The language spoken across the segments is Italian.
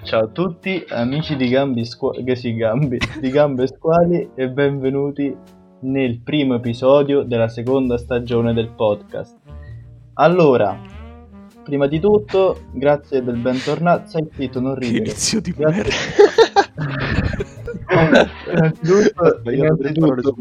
Ciao a tutti, amici di di Gambe Squali e benvenuti nel primo episodio della seconda stagione del podcast. Allora, prima di tutto, grazie del bentornato. Sai zitto, non ridere. Inizio di Grazie. Innanzitutto,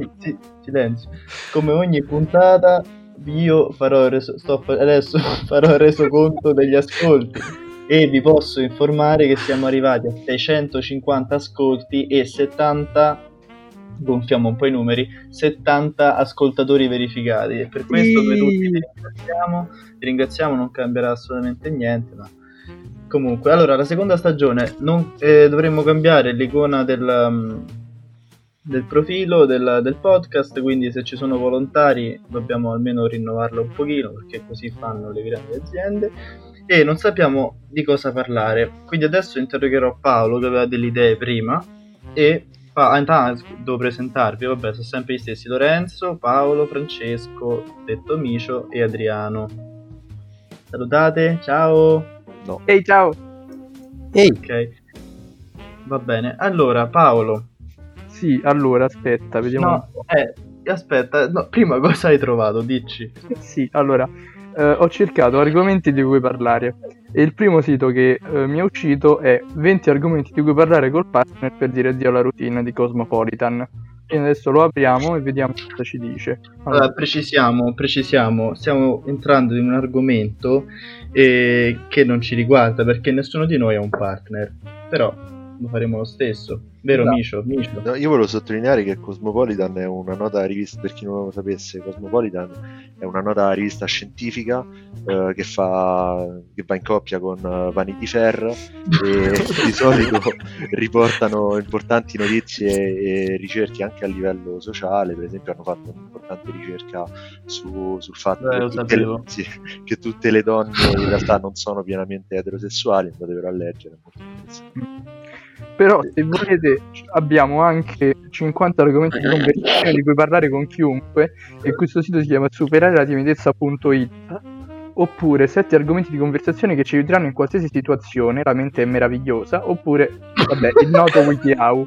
come ogni puntata, io adesso farò resoconto degli ascolti e vi posso informare che siamo arrivati a 650 ascolti e 70, gonfiamo un po' i numeri, 70 ascoltatori verificati, e per questo noi tutti vi ringraziamo, non cambierà assolutamente niente, ma comunque, allora, la seconda stagione dovremmo cambiare l'icona del profilo del podcast, quindi se ci sono volontari dobbiamo almeno rinnovarlo un pochino, perché così fanno le grandi aziende, e non sappiamo di cosa parlare, quindi adesso interrogherò Paolo, che aveva delle idee prima, e intanto devo presentarvi, vabbè, sono sempre gli stessi: Lorenzo, Paolo, Francesco, detto Micio, e Adriano. Salutate, ciao. No. Ehi, ciao. Ehi. Ok, va bene. Allora, Paolo. Sì, allora, aspetta, vediamo. No, prima cosa hai trovato? Dici. Sì, allora, ho cercato argomenti di cui parlare e il primo sito che mi è uscito è 20 argomenti di cui parlare col partner per dire addio alla routine di Cosmopolitan. Quindi adesso lo apriamo e vediamo cosa ci dice. Allora, precisiamo, stiamo entrando in un argomento che non ci riguarda, perché nessuno di noi è un partner, però lo faremo lo stesso, vero? Esatto. Micio? No, io volevo sottolineare che Cosmopolitan è una nota rivista, per chi non lo sapesse, Cosmopolitan è una nota rivista scientifica che va in coppia con Vanity Fair e di solito riportano importanti notizie e ricerche anche a livello sociale. Per esempio hanno fatto un'importante ricerca sul fatto che tutte le donne in realtà non sono pienamente eterosessuali, andatevelo a leggere, è molto interessante. Però se volete abbiamo anche 50 argomenti di conversazione di cui parlare con chiunque, e questo sito si chiama superare-la-timidezza.it, oppure 7 argomenti di conversazione che ci aiuteranno in qualsiasi situazione, la mente è meravigliosa, oppure vabbè, il noto WikiHow.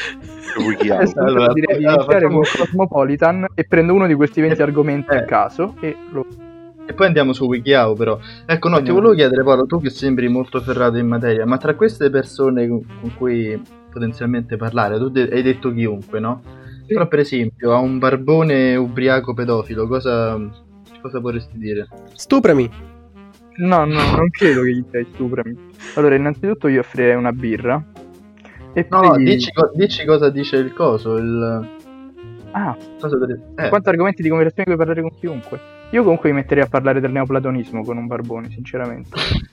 Allora, direi di iniziare con Cosmopolitan e prendo uno di questi 20 argomenti a caso e poi andiamo su WikiHow. Però ecco, no, ti volevo chiedere, Paolo, tu che sembri molto ferrato in materia, ma tra queste persone con cui potenzialmente parlare, tu hai detto chiunque, no? Sì. Però per esempio a un barbone ubriaco pedofilo cosa vorresti dire? Stuprami. No, non credo che gli dai stuprami. Allora, innanzitutto io offrirei una birra e poi... dici cosa dice il coso, quanti argomenti di conversazione puoi parlare con chiunque? Io comunque mi metterei a parlare del neoplatonismo con un barbone, sinceramente.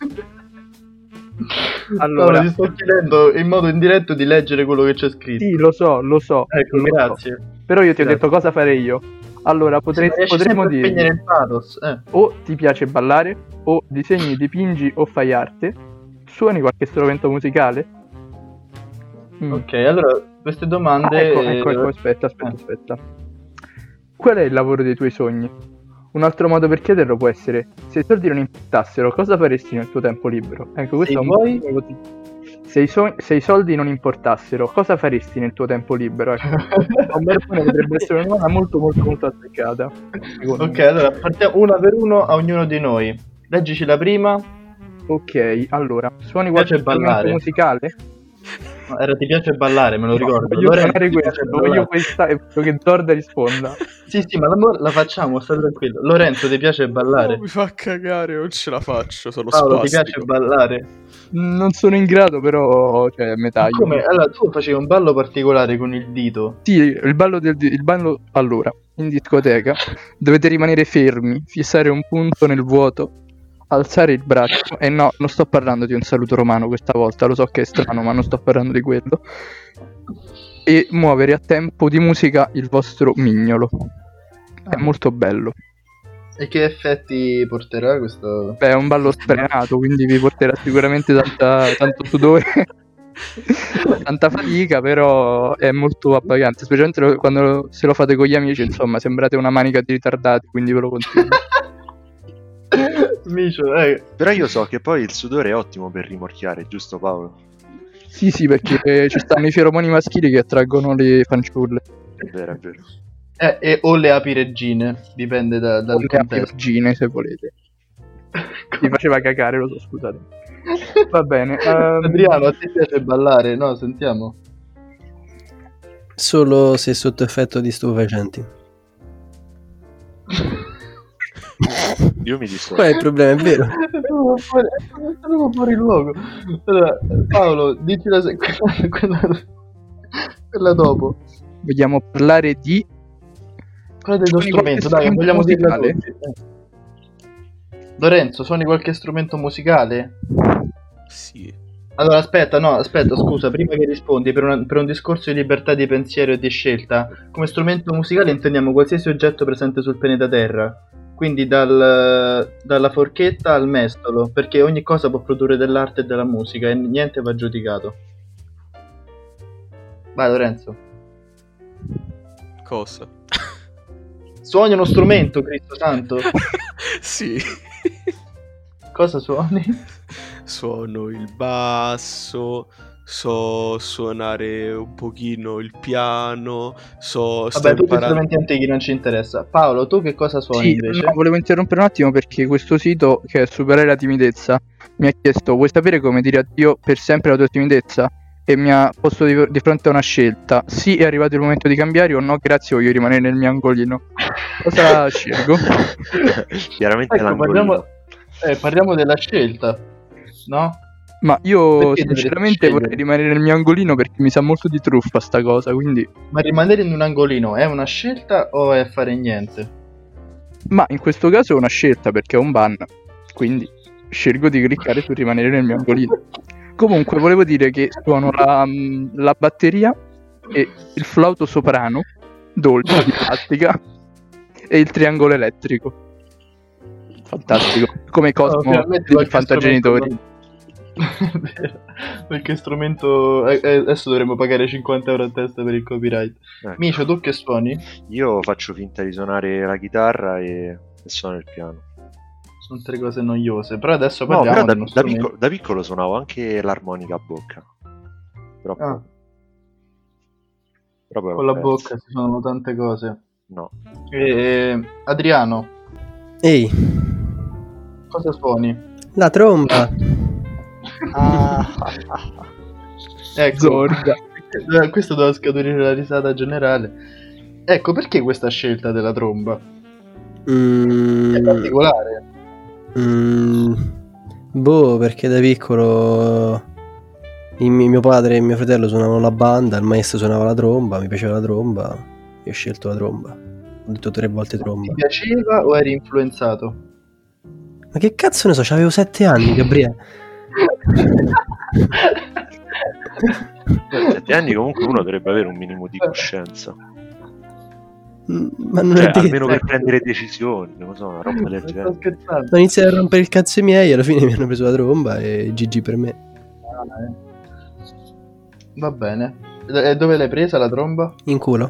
Allora, ti sto chiedendo in modo indiretto di leggere quello che c'è scritto. Sì, lo so. Ecco, grazie. Però io ti ho detto cosa farei io. Allora, potremmo dire il pathos, o ti piace ballare, o disegni, dipingi o fai arte, suoni qualche strumento musicale. Ok, allora queste domande... Ecco, aspetta. Qual è il lavoro dei tuoi sogni? Un altro modo per chiederlo può essere: se i soldi non importassero, cosa faresti nel tuo tempo libero? Ecco, questo è un po'... Se i soldi non importassero, cosa faresti nel tuo tempo libero? Ecco, potrebbe essere una domanda molto molto molto azzeccata. Ok, allora partiamo una per uno a ognuno di noi. Leggici la prima. Ok, allora, suoni qualche strumento musicale? No, ti piace ballare, me lo ricordo. Voglio questa e voglio che Zorda risponda. Sì, ma la facciamo, stai tranquillo. Lorenzo, ti piace ballare? No, mi fa cagare, non ce la faccio, sono Paolo, spastico. ti piace ballare? Non sono in grado, però, cioè, metà. Come? Allora, tu facevi un ballo particolare con il dito? Sì, il ballo allora, in discoteca dovete rimanere fermi, fissare un punto nel vuoto, alzare il braccio, e no, non sto parlando di un saluto romano questa volta, lo so che è strano, ma non sto parlando di quello, e muovere a tempo di musica il vostro mignolo. È molto bello. E che effetti porterà questo? Beh, è un ballo sfrenato, quindi vi porterà sicuramente tanto sudore, tanta fatica, però è molto appagante, specialmente quando se lo fate con gli amici, insomma, sembrate una manica di ritardati, quindi ve lo consiglio. Micio, Però io so che poi il sudore è ottimo per rimorchiare, giusto Paolo? Sì, perché ci stanno i feromoni maschili che attraggono le fanciulle. È vero, è vero. O le api regine, dipende dal O le contesto. apigine, se volete. Mi faceva cagare, lo so, scusate. Va bene. Adriano, a te piace ballare? No, sentiamo. Solo se sotto effetto di stupefacenti. Io mi dissocio. Qual è il problema? È vero. È proprio fuori luogo. Allora, Paolo, dici quella dopo. Vogliamo parlare di... Quella dello Suoni strumento, qualche dai, vogliamo strumento dirla musicale? tutti. Lorenzo, suoni qualche strumento musicale? Sì. Allora, aspetta, scusa, prima che rispondi, per un discorso di libertà di pensiero e di scelta, come strumento musicale intendiamo qualsiasi oggetto presente sul pianeta Terra, quindi dalla forchetta al mestolo, perché ogni cosa può produrre dell'arte e della musica e niente va giudicato. Vai Lorenzo. Cosa? Suoni uno strumento, Cristo santo. Sì. Cosa suoni? Suono il basso, so suonare un pochino il piano, sto Vabbè, tutti imparando... strumenti antichi non ci interessa. Paolo, tu che cosa suoni Sì, invece? no, volevo interrompere un attimo perché questo sito, che è Superare la timidezza, mi ha chiesto: vuoi sapere come dire addio per sempre alla tua timidezza? E mi ha posto di fronte a una scelta: sì, è arrivato il momento di cambiare, o no, grazie, voglio rimanere nel mio angolino. Cosa scelgo? Chiaramente Ecco, l'angolino. parliamo della scelta, no? Ma io Perché sinceramente dovresti vorrei scegliere? rimanere nel mio angolino perché mi sa molto di truffa sta cosa, quindi... Ma rimanere in un angolino è una scelta o è fare niente? Ma in questo caso è una scelta perché è un ban, quindi scelgo di cliccare su rimanere nel mio angolino. Comunque volevo dire che suono la batteria e il flauto soprano dolce di plastica e il triangolo elettrico. Fantastico, come Cosmo finalmente di qualche Fantagenitori. strumento- Vero. Perché strumento adesso dovremmo pagare 50 euro a testa per il copyright. Ecco. Micio, tu che suoni? Io faccio finta di suonare la chitarra e suono il piano. Sono tre cose noiose, però adesso No, parliamo però di uno strumento. da piccolo suonavo anche l'armonica a bocca. Però, Ah, però poi con l'ho la perso. bocca si suonano tante cose. No. Adriano, Ehi, cosa suoni? la tromba. Ecco, Zorga. questo doveva scaturire la risata generale. Ecco, perché questa scelta della tromba? È particolare. Boh, perché da piccolo mio padre e mio fratello suonavano la banda, il maestro suonava la tromba, mi piaceva la tromba, io ho scelto la tromba. Ho detto 3 volte Ti tromba. piaceva o eri influenzato? Ma che cazzo ne so, c'avevo 7 anni, Gabriele. 7 anni comunque uno dovrebbe avere un minimo di coscienza. Ma non Cioè, è detto. almeno per prendere decisioni, non lo so, una roba del Sto genere. scherzando. Ho iniziato a rompere il cazzo ai miei, alla fine mi hanno preso la tromba e GG per me. Va bene. E dove l'hai presa la tromba? In culo.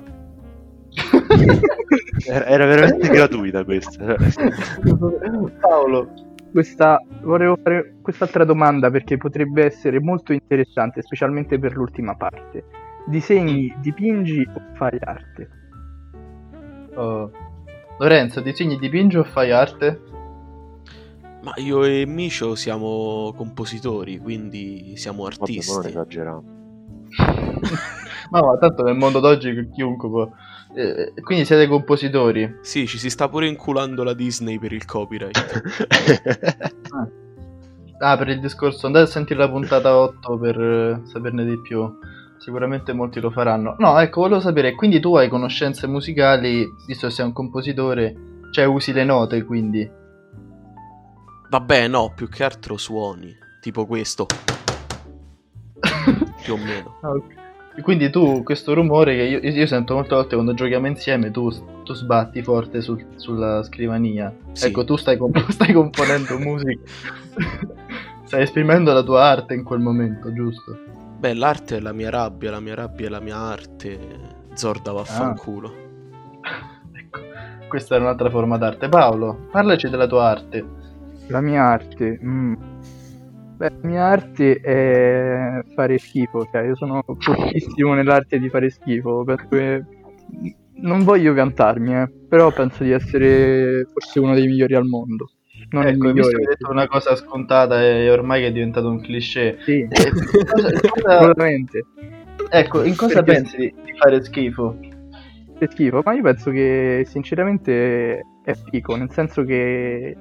Era veramente gratuita questa. Paolo, Volevo fare quest'altra domanda perché potrebbe essere molto interessante, specialmente per l'ultima parte. Disegni, dipingi o fai arte? Lorenzo, disegni, dipingi o fai arte? Ma io e Micio siamo compositori, quindi siamo Vabbè, ma non artisti. esageriamo. Ma tanto nel mondo d'oggi chiunque può. Quindi siete compositori. Sì, ci si sta pure inculando la Disney per il copyright. Per il discorso, andate a sentire la puntata 8 per saperne di più. Sicuramente molti lo faranno. No, ecco, volevo sapere, quindi tu hai conoscenze musicali, visto che sei un compositore, cioè usi le note, quindi. Vabbè, no, più che altro suoni, tipo questo. Più o meno. Quindi tu, questo rumore che io sento molte volte quando giochiamo insieme, tu sbatti forte sulla scrivania. Sì. Ecco, tu stai componendo musica. Stai esprimendo la tua arte in quel momento, giusto? Beh, l'arte è la mia rabbia è la mia arte. Zorda vaffanculo. Ecco, questa è un'altra forma d'arte. Paolo, parlaci della tua arte. La mia arte. Beh, la mia arte è fare schifo, cioè io sono fortissimo nell'arte di fare schifo, penso che non voglio vantarmi, però penso di essere forse uno dei migliori al mondo. Non il Ecco, visto migliore. che hai detto una cosa scontata e ormai che è diventato un cliché, Sì, cosa- assolutamente. ecco, in cosa Perché- pensi di fare schifo? È schifo, ma io penso che sinceramente è figo, nel senso che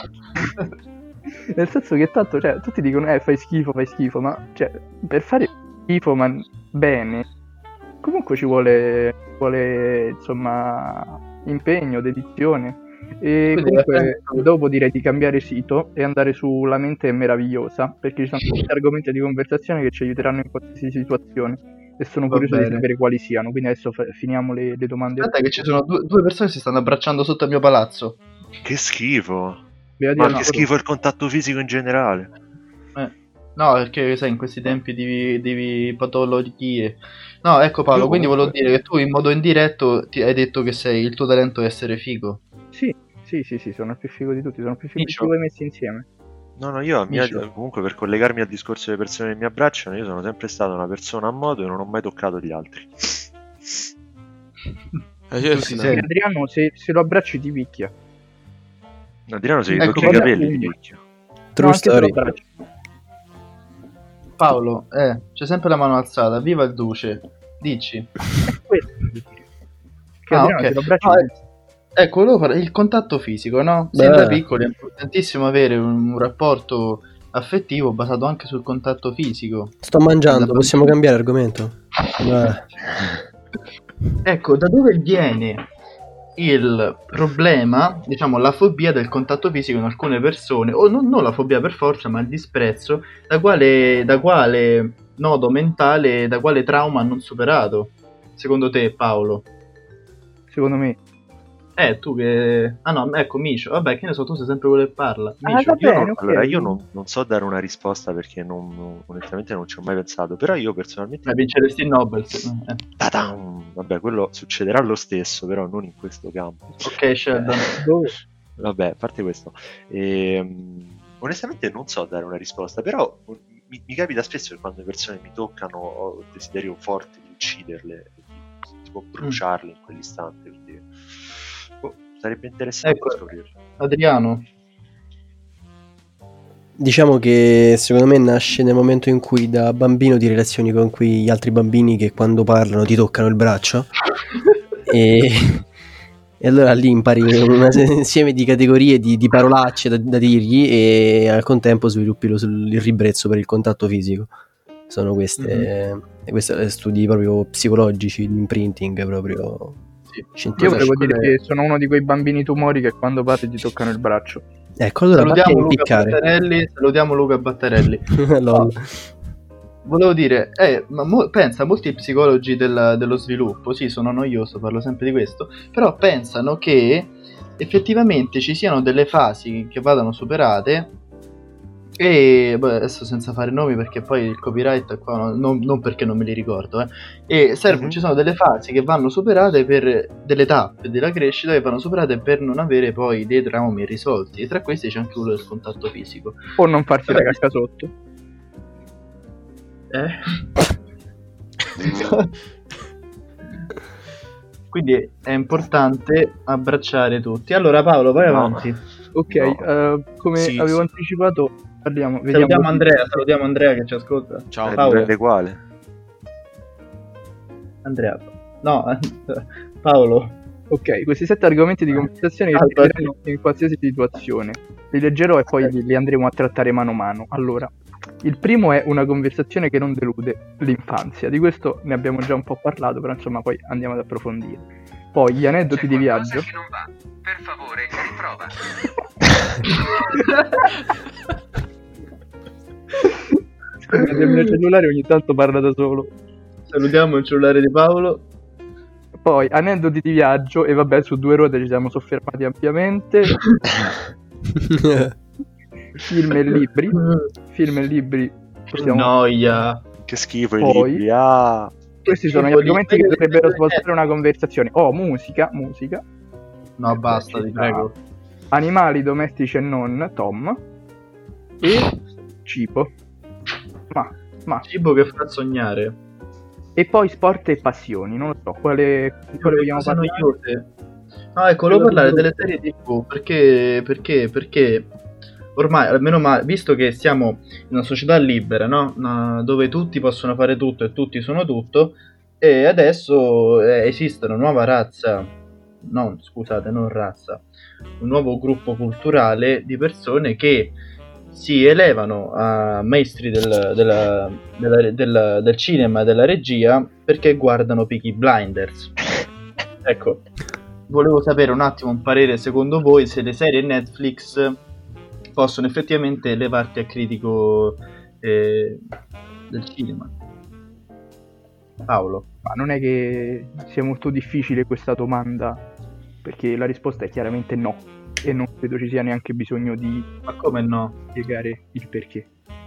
tanto, cioè, tutti dicono fai schifo, ma cioè, per fare schifo ma bene, comunque ci vuole insomma impegno, dedizione. E Quindi, comunque penso- dopo direi di cambiare sito e andare su La mente è meravigliosa, perché ci sono tanti argomenti di conversazione che ci aiuteranno in qualsiasi situazione e sono Va curioso di bene. sapere quali siano. Quindi adesso finiamo le domande. Aspetta che ci sono due persone che si stanno abbracciando sotto il mio palazzo. Che schifo. Beati Ma al che lavoro. schifo il contatto fisico in generale. No, perché sai, in questi tempi di patologie. No, ecco Paolo, Io quindi comunque- volevo dire che tu in modo indiretto ti hai detto che il tuo talento è essere figo. Sì, sono il più figo di tutti, sono il più figo di Micio. voi messi insieme. No, io Micio. comunque per collegarmi al discorso delle persone che mi abbracciano, io sono sempre stato una persona a modo e non ho mai toccato gli altri. Io Tutti sì, sei. Adriano, se lo abbracci ti picchia. Adriano, se gli Ecco, tocchi i vabbè, capelli quindi- ti picchio. True No, anche se lo story. abbracci. Paolo, c'è sempre la mano alzata, viva il duce. Dici. È questo che devo dire. Che Ah, Adriano, ok. se lo abbracci No, ti picchia. ecco, volevo fare il contatto fisico, no? Sin Beh. da piccoli è importantissimo avere un rapporto affettivo basato anche sul contatto fisico. Sto mangiando, Da possiamo bambino. cambiare argomento? Ecco, da dove viene il problema, diciamo la fobia del contatto fisico in alcune persone, o non la fobia per forza, ma il disprezzo, da quale nodo mentale, da quale trauma non superato, secondo te Paolo? Secondo me. Tu che... Ah no, ecco Micio, vabbè che ne so, tu sei sempre quello che parla. Ah, Micio. vabbè. Io non, ok. allora, io non so dare una risposta perché onestamente non ci ho mai pensato, però io personalmente... Vinceresti il Nobel. Ta-dam! Vabbè, quello succederà lo stesso, però non in questo campo. Ok, Sheldon. Dove? Vabbè, a parte questo, onestamente non so dare una risposta, però mi capita spesso che quando le persone mi toccano ho il desiderio forte di ucciderle, di tipo bruciarle in quell'istante, quindi sarebbe interessante Ecco. scoprirlo. Adriano. Diciamo che secondo me nasce nel momento in cui da bambino ti relazioni con quegli altri bambini che quando parlano ti toccano il braccio e allora lì impari un insieme di categorie di parolacce da dirgli e al contempo sviluppi il ribrezzo per il contatto fisico. Sono questi studi proprio psicologici, di imprinting proprio Sì. scientifici. Io volevo quello dire è- che sono uno di quei bambini tumori che quando parli ti toccano il braccio. Ecco, allora vatti a Salutiamo Luca impiccare. Battarelli. Salutiamo Luca Battarelli. Lol. Volevo dire, pensa, molti psicologi dello sviluppo, sì, sono noioso, parlo sempre di questo, però pensano che effettivamente ci siano delle fasi che vadano superate e adesso senza fare nomi perché poi il copyright è qua, non perché non me li ricordo, e ci sono delle fasi che vanno superate per delle tappe della crescita che vanno superate per non avere poi dei traumi risolti, e tra questi c'è anche quello del contatto fisico. O non farsi la cacca sotto. Quindi è importante abbracciare tutti. Allora Paolo, vai No. avanti. Ok, No. come Sì, avevo sì. anticipato, vediamo. Salutiamo Andrea che ci ascolta. Ciao. Paolo. Dipende quale. Andrea. No, Paolo. Ok, questi 7 argomenti di conversazione che ci aiuteranno in qualsiasi situazione. Li leggerò e poi li andremo a trattare mano a mano. Allora, il primo è una conversazione che non delude, l'infanzia. Di questo ne abbiamo già un po' parlato, però insomma poi andiamo ad approfondire. Poi gli aneddoti di viaggio. Che non va. Per favore, riprova. Scusate, il mio cellulare ogni tanto parla da solo. Salutiamo il cellulare di Paolo. Poi aneddoti di viaggio, e vabbè, su 2 ruote ci siamo soffermati ampiamente. Film e libri. Possiamo... Noia. Che schifo i Poi- libri. Ah. Questi sono gli Tipo argomenti libri che dovrebbero che- svoltare una conversazione. Oh, musica. No, basta, Ci ti sta. prego. animali domestici e non, Tom, e cibo. Ma. Cibo che fa sognare. E poi sport e passioni, non lo so, quale vogliamo Cose parlare? noiose. No, ecco, volevo parlare delle serie TV perché ormai, almeno visto che siamo in una società libera, no? Dove tutti possono fare tutto e tutti sono tutto, e adesso esiste una nuova razza, non razza, un nuovo gruppo culturale di persone che si elevano a maestri del cinema e della regia perché guardano Peaky Blinders. Ecco, volevo sapere un attimo un parere secondo voi se le serie Netflix possono effettivamente elevarti a critico del cinema. Paolo. Ma non è che sia molto difficile questa domanda, perché la risposta è chiaramente no, e non credo ci sia neanche bisogno di Ma come no? spiegare il perché.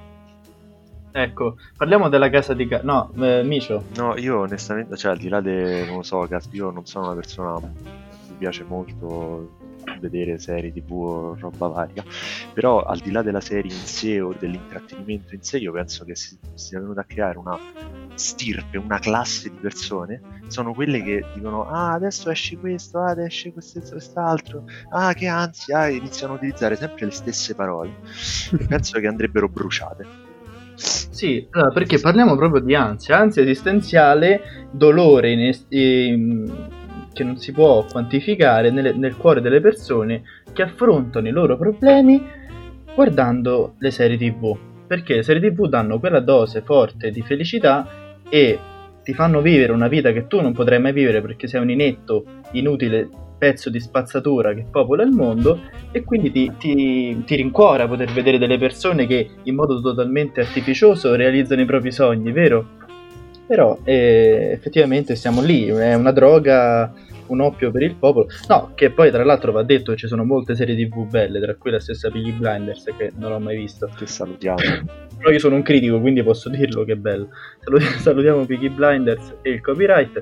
Ecco, parliamo della casa di No, Micio. No, io onestamente, cioè al di là non lo so, io non sono una persona che mi piace molto vedere serie TV o roba varia, però al di là della serie in sé o dell'intrattenimento in sé, io penso che si sia venuta a creare una stirpe, una classe di persone, sono quelle che dicono adesso esce questo, adesso esce quest'altro, che ansia, iniziano a utilizzare sempre le stesse parole e penso che andrebbero bruciate. Sì, allora, perché parliamo proprio di ansia esistenziale, dolore che non si può quantificare nel cuore delle persone che affrontano i loro problemi guardando le serie TV. Perché le serie TV danno quella dose forte di felicità e ti fanno vivere una vita che tu non potrai mai vivere perché sei un inetto, inutile pezzo di spazzatura che popola il mondo, e quindi ti rincuora poter vedere delle persone che in modo totalmente artificioso realizzano i propri sogni, vero? Però effettivamente siamo lì, è una droga, un oppio per il popolo. No, che poi tra l'altro va detto che ci sono molte serie TV belle, tra cui la stessa Peaky Blinders, che non ho mai visto. Che salutiamo. Però io sono un critico, quindi posso dirlo che è bello. Salutiamo Peaky Blinders e il copyright.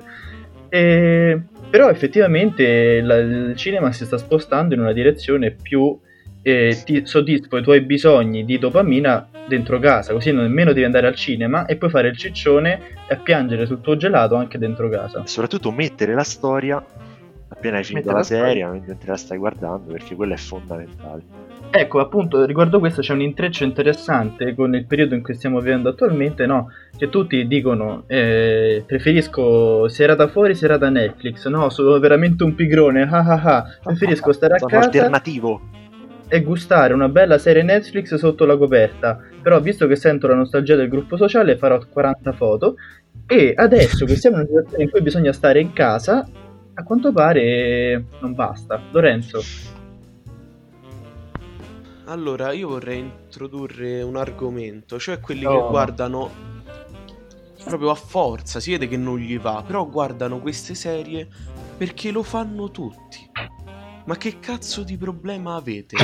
Però effettivamente il cinema si sta spostando in una direzione più ti soddisfa i tuoi bisogni di dopamina dentro casa, così nemmeno devi andare al cinema e puoi fare il ciccione e a piangere sul tuo gelato anche dentro casa. E soprattutto mettere la storia appena hai finito la serie, mentre la stai guardando, perché quello è fondamentale. Ecco, appunto, riguardo questo c'è un intreccio interessante con il periodo in cui stiamo vivendo attualmente, no? Che tutti dicono preferisco serata fuori, serata Netflix, no? Sono veramente un pigrone, preferisco stare a Sono casa alternativo e gustare una bella serie Netflix sotto la coperta. Però visto che sento la nostalgia del gruppo sociale farò 40 foto, e adesso che siamo in una situazione in cui bisogna stare in casa, a quanto pare non basta. Lorenzo. Allora, io vorrei introdurre un argomento, cioè quelli che guardano proprio a forza, si vede che non gli va, però guardano queste serie perché lo fanno tutti. Ma che cazzo di problema avete?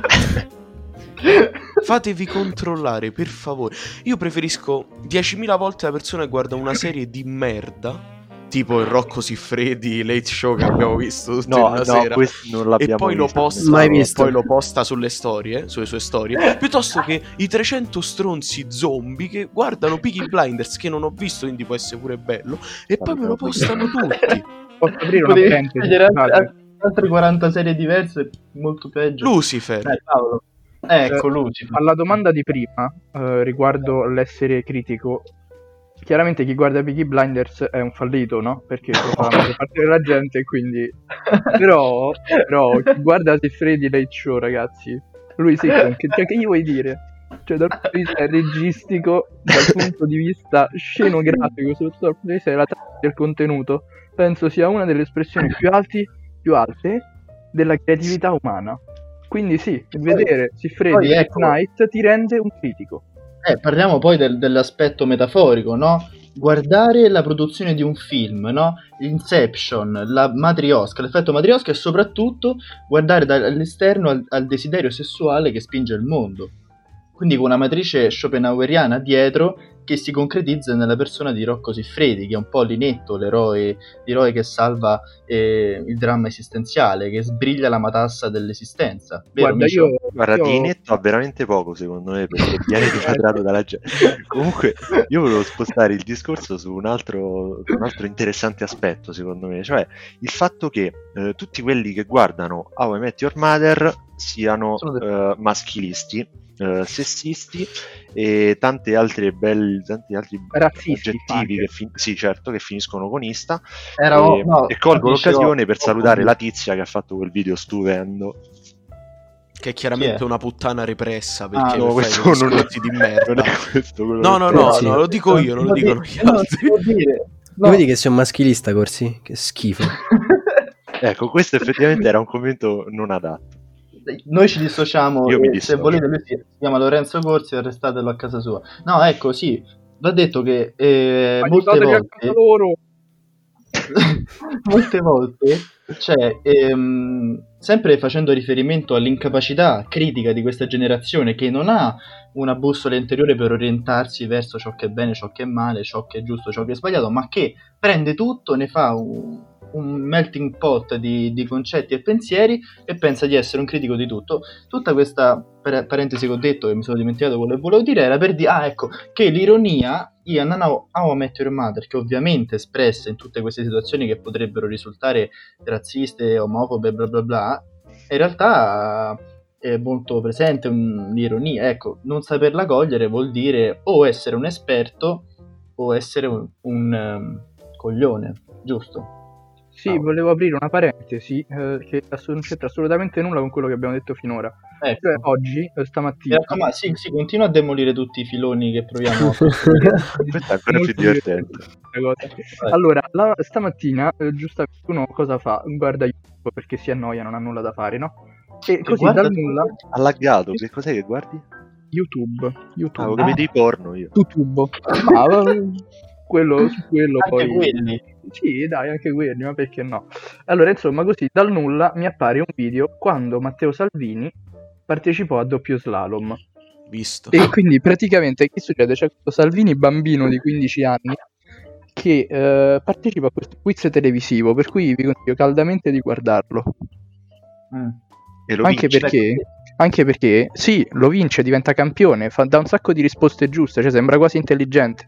Fatevi controllare, per favore. Io preferisco 10.000 volte la persona che guarda una serie di merda, tipo il Rocco Siffredi Late Show che abbiamo visto tutti in una sera, non l'abbiamo e poi lo visto. posta, Mai visto. poi lo posta sulle storie, sulle sue storie, piuttosto che i 300 stronzi zombie che guardano Peaky Blinders, che non ho visto, quindi può essere pure bello, e poi me lo postano tutti. Posso aprire una Potevi parentesi? scegliere Scusate. altre 40 serie diverse, molto peggio. Lucifer. Paolo. Ecco, Lucifer. Alla domanda di prima, riguardo l'essere critico, chiaramente chi guarda Peaky Blinders è un fallito, no? Perché lo fa la maggior parte della gente, quindi... Però chi guarda Siffredi Late Show, ragazzi, lui sì, che gli vuoi dire? Cioè, dal punto di vista registico, dal punto di vista scenografico, soprattutto dal punto di vista della trama del contenuto, penso sia una delle espressioni più alte della creatività umana. Quindi sì, vedere Siffredi Late Night ti rende un critico. Parliamo poi dell'aspetto metaforico, no? Guardare la produzione di un film, no? Inception, la matriosca, l'effetto matriosca, e soprattutto guardare dall'esterno al desiderio sessuale che spinge il mondo. quindi con una matrice schopenhaueriana dietro che si concretizza nella persona di Rocco Siffredi, che è un po' Linetto, l'eroe che salva il dramma esistenziale, che sbriglia la matassa dell'esistenza. Vero, Guarda, Micio? Guarda, di Netto ha veramente poco, secondo me, perché viene idolatrato dalla gente. Comunque, io volevo spostare il discorso su un altro interessante aspetto, secondo me, cioè il fatto che tutti quelli che guardano How I Met Your Mother siano maschilisti, sessisti e tanti altri Razzisti, aggettivi sì, certo, che finiscono con ista. E colgo l'occasione per salutare la tizia che ha fatto quel video stupendo, che è chiaramente Chi è? una puttana repressa, perché no, per questo fare non discorsi di merda. non è questo quello No, sì. lo dico io, non lo dicono gli altri. Non vedi che sei un maschilista, Corsi? Che schifo. Ecco, questo effettivamente era un commento non adatto. Noi ci dissociamo, Io mi se dissocio. volete lui si chiama Lorenzo Corsi, arrestatelo a casa sua. No, ecco, sì, va detto che molte volte loro. molte volte, cioè, sempre facendo riferimento all'incapacità critica di questa generazione che non ha una bussola interiore per orientarsi verso ciò che è bene, ciò che è male, ciò che è giusto, ciò che è sbagliato, ma che prende tutto, ne fa un melting pot di concetti e pensieri e pensa di essere un critico di tutto. Tutta questa parentesi che ho detto, che mi sono dimenticato quello che volevo dire, era per dire, ecco, che l'ironia in How I Met Your Mother, che ovviamente è espressa in tutte queste situazioni che potrebbero risultare razziste, omofobe, bla bla bla, in realtà è molto presente un'ironia. Ecco, non saperla cogliere vuol dire o essere un esperto o essere un coglione, giusto? Sì, volevo aprire una parentesi che non c'entra assolutamente nulla con quello che abbiamo detto finora. Ecco. Cioè, oggi, stamattina... Sì, continua a demolire tutti i filoni che proviamo a Questo è ancora più divertente. Allora, stamattina, giustamente uno cosa fa? Guarda YouTube perché si annoia, non ha nulla da fare, no? E così guarda, dal nulla... Ha laggato, che cos'è che guardi? YouTube. Come dei porno io. YouTube. Su quello anche poi... quelli. Sì, dai, anche quelli, ma perché no? Allora, insomma, così dal nulla mi appare un video quando Matteo Salvini partecipò a doppio slalom. Visto. E quindi praticamente che succede? C'è questo Salvini bambino di 15 anni che partecipa a questo quiz televisivo, per cui vi consiglio caldamente di guardarlo. E lo Anche vince. perché sì, lo vince, diventa campione, dà un sacco di risposte giuste, cioè sembra quasi intelligente.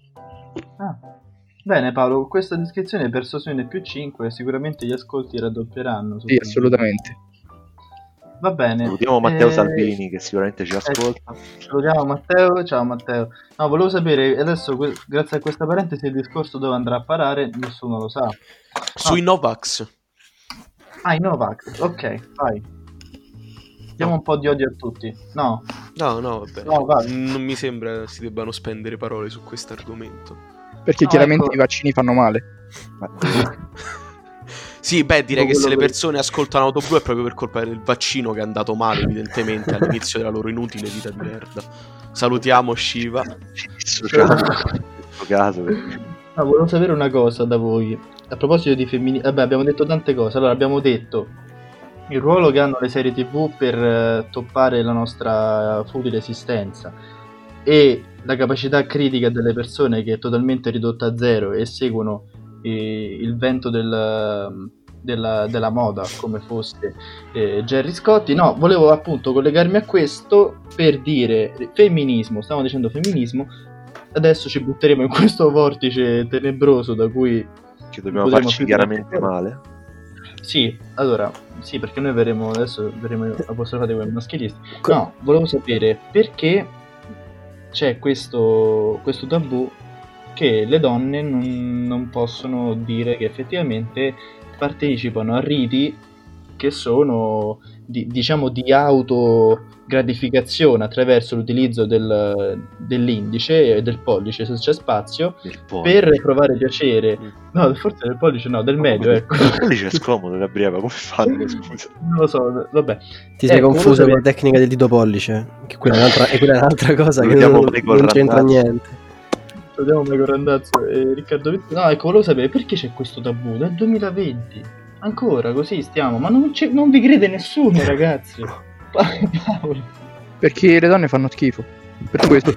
Bene Paolo, con questa descrizione Persuasione più 5 sicuramente gli ascolti raddoppieranno. Sì, assolutamente. Va bene. Salutiamo Matteo Salvini che sicuramente ci ascolta. Salutiamo Matteo, ciao Matteo. No, volevo sapere, adesso grazie a questa parentesi il discorso dove andrà a parare, nessuno lo sa. Sui Novax. I Novax, ok, vai. Diamo un po' di odio a tutti. No, vabbè. No, vai. Non mi sembra si debbano spendere parole su questo argomento. Perché No, chiaramente ecco. i vaccini fanno male. Sì, beh, direi che Quello se le per- persone ascoltano Auto Blu è proprio per colpa del vaccino che è andato male, evidentemente, all'inizio della loro inutile vita di merda. Salutiamo Shiva. Ci dissociamo in questo caso. Perché... No, volevo sapere una cosa da voi. A proposito di femminismo, abbiamo detto tante cose. Allora, abbiamo detto il ruolo che hanno le serie TV per toppare la nostra futile esistenza e la capacità critica delle persone che è totalmente ridotta a zero e seguono il vento della moda come fosse Gerry Scotti. No, volevo appunto collegarmi a questo per dire femminismo, stiamo dicendo femminismo, adesso ci butteremo in questo vortice tenebroso da cui Che dobbiamo potremo farci più chiaramente male. Sì, allora, sì, perché noi verremo apostrofati come maschilisti. No, volevo sapere perché c'è questo tabù che le donne non possono dire che effettivamente partecipano a riti che sono diciamo di autogratificazione attraverso l'utilizzo dell'indice e del pollice se c'è spazio per provare piacere. No, forse del pollice no, del medio, ecco. Il pollice è scomodo, Gabriele, come fanno? Scusa. Non lo so, vabbè. Ti sei Ecco, confuso con la tecnica del dito pollice, che quella è un'altra cosa che Salutiamo non Michael c'entra Randazzo. niente. Salutiamo Michael Randazzo e Riccardo Vitti. No, ecco, volevo sapere perché c'è questo tabù dal 2020. Ancora così stiamo, ma non vi crede nessuno, ragazzi. Paolo. Perché le donne fanno schifo. Per questo.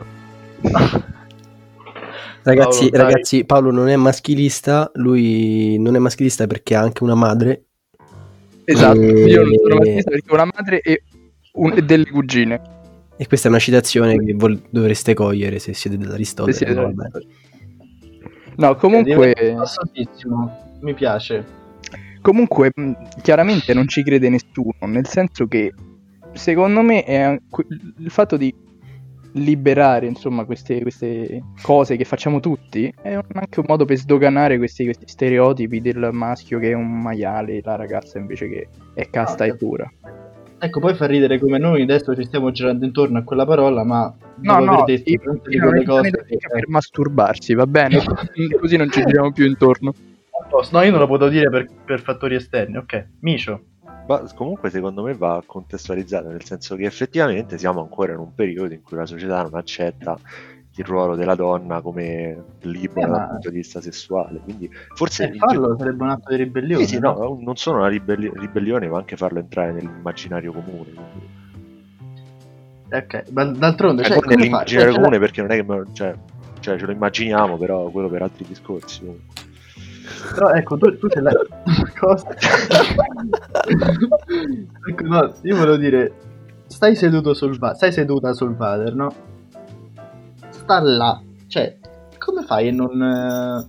Ragazzi, Paolo, dai. ragazzi, Paolo non è maschilista, lui non è maschilista perché ha anche una madre. Esatto, io non sono maschilista perché ho una madre e delle cugine. E questa è una citazione che dovreste cogliere se siete dell'Aristotele. Se siete no, dell'Aristotele. No, comunque, Passatissimo, mi piace. comunque chiaramente non ci crede nessuno, nel senso che secondo me è il fatto di liberare insomma queste cose che facciamo tutti è anche un modo per sdoganare questi stereotipi del maschio che è un maiale, la ragazza invece che è casta e pura. Ecco, poi fa ridere come noi adesso ci stiamo girando intorno a quella parola, ma No, dopo no, aver detto tante di quelle cose per masturbarsi, va bene? Così non ci giriamo più intorno. no, io non lo potevo dire per fattori esterni, ok. Micio. Ma comunque secondo me va contestualizzato, nel senso che effettivamente siamo ancora in un periodo in cui la società non accetta il ruolo della donna come libera ma- dal punto di vista sessuale, quindi forse Farlo sarebbe un atto di ribellione. sì, no, non solo una ribellione, ma anche farlo entrare nell'immaginario comune. Quindi. Ok, ma d'altronde Cioè, come fai? nell'immaginario Cioè, comune perché non è che cioè, ce lo immaginiamo, però quello per altri discorsi. Comunque. Però ecco, tu ce l'hai. Cosa? Ecco, no, io volevo dire, stai seduta sul water, no? Sta là, cioè, come fai a non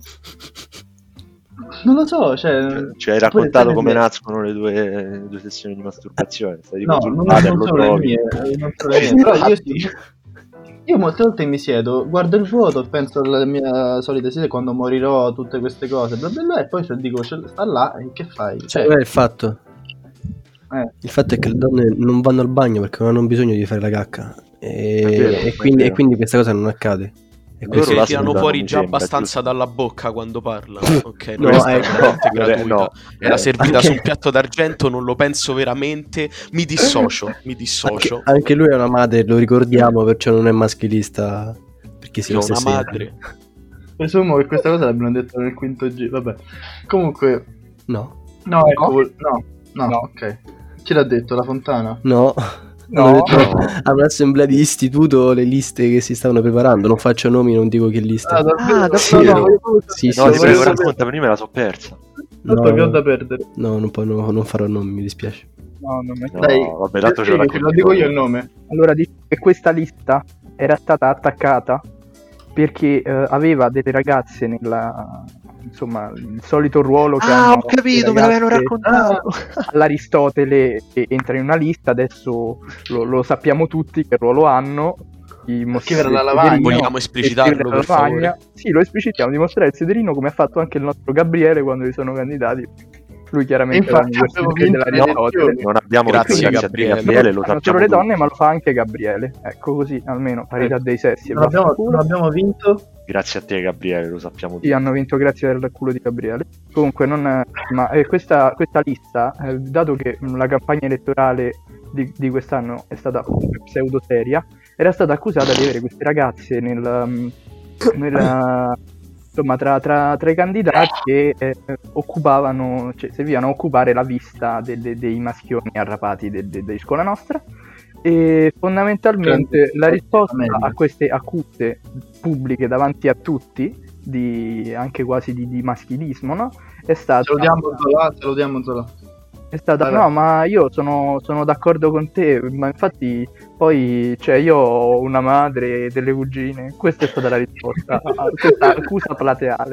lo so, cioè... Ci hai raccontato come nascono le due sessioni di masturbazione. Stai No, tipo sul non water, lo sono le trovi. mie, non sono le mie, però io sì. Io molte volte mi siedo, guardo il vuoto, penso alla mia solita sede quando morirò, tutte queste cose, bla bla bla, e poi dico, sta là, e che fai? Cioè, qual è il fatto? Eh. Il fatto è che le donne non vanno al bagno perché non hanno bisogno di fare la cacca. vero, E è quindi vero. questa cosa non accade. E Loro Perché la tirano salutano, fuori mi già sembra, abbastanza giusto? dalla bocca quando parlano. Ok, No, non è ecco, veramente vabbè, gratuita. no. Era servita Anche- su un piatto d'argento, non lo penso veramente. Mi dissocio. Anche lui è una madre, lo ricordiamo, perciò non è maschilista. Perché si Io ho lo una sente. madre. Presumo che questa cosa l'abbiano detto nel quinto G, vabbè. Comunque, No, no, ecco, no, No. ok. Chi l'ha detto, La Fontana? no. No. Hanno detto a un'assemblea di istituto le liste che si stavano preparando. Non faccio nomi, non dico che liste. davvero? davvero? No, io proprio Sì, No, ti sì, prego, sì. racconta, prima me la so persa. tanto che ho da perdere. No, non farò nomi, mi dispiace. No, non è... No, Dai, vabbè, tanto ce lo lo dico io il nome. Allora, dico che questa lista era stata attaccata perché aveva delle ragazze nella, insomma, il solito ruolo che hanno ho capito, le me l'avevano ragazze raccontato. all'Aristotele, che entra in una lista. Adesso lo sappiamo tutti che ruolo hanno. Scrivere la lavagna. Vogliamo esplicitarlo, per favore? Sì, lo esplicitiamo, dimostrare il sederino come ha fatto anche il nostro Gabriele quando si sono candidati. Lui chiaramente E infatti era abbiamo l'università vinto le dell'Aristotele. elezioni. Non abbiamo Grazie, vinto, a te, Gabriele. Gabriele, lo Fanno sappiamo solo le tutti. donne, ma lo fa anche Gabriele. Ecco, così almeno parità dei sessi. Non abbiamo vinto. Grazie a te, Gabriele, lo sappiamo tutti. Sì, hanno vinto grazie al culo di Gabriele. Comunque, questa lista, dato che la campagna elettorale di quest'anno è stata pseudo seria, era stata accusata di avere queste ragazze insomma, tra i candidati che occupavano, cioè servivano a occupare la vista dei maschioni arrapati di scuola nostra. E fondamentalmente la risposta a queste accuse pubbliche davanti a tutti, anche quasi di maschilismo, no? È stata Salutiamo Zola. è stata Vabbè. no, ma io sono d'accordo con te, ma infatti poi, cioè, io ho una madre e delle cugine. Questa è stata la risposta a questa accusa plateale.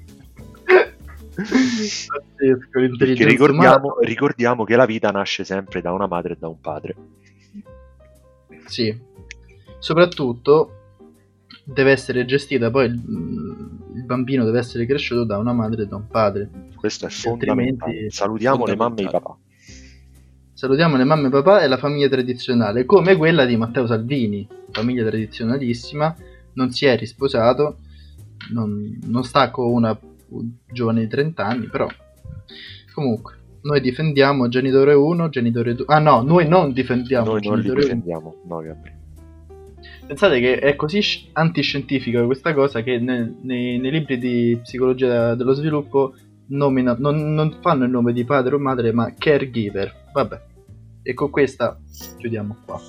Pazzesco, Perché ricordiamo che la vita nasce sempre da una madre e da un padre. Sì, soprattutto deve essere gestita, poi il bambino deve essere cresciuto da una madre e da un padre. Questo è Altrimenti- fondamentale. Salutiamo le mamme e i papà. Salutiamo le mamme e papà e la famiglia tradizionale, come quella di Matteo Salvini, famiglia tradizionalissima, non si è risposato, non sta con una giovane di 30 anni, però comunque noi difendiamo genitore 1, genitore 2. Ah no, noi non difendiamo Noi non li genitore 1. difendiamo, no, Gabriele. Pensate che è così antiscientifica questa cosa che nei libri di psicologia dello sviluppo non fanno il nome di padre o madre, ma caregiver. Vabbè, e con questa chiudiamo qua.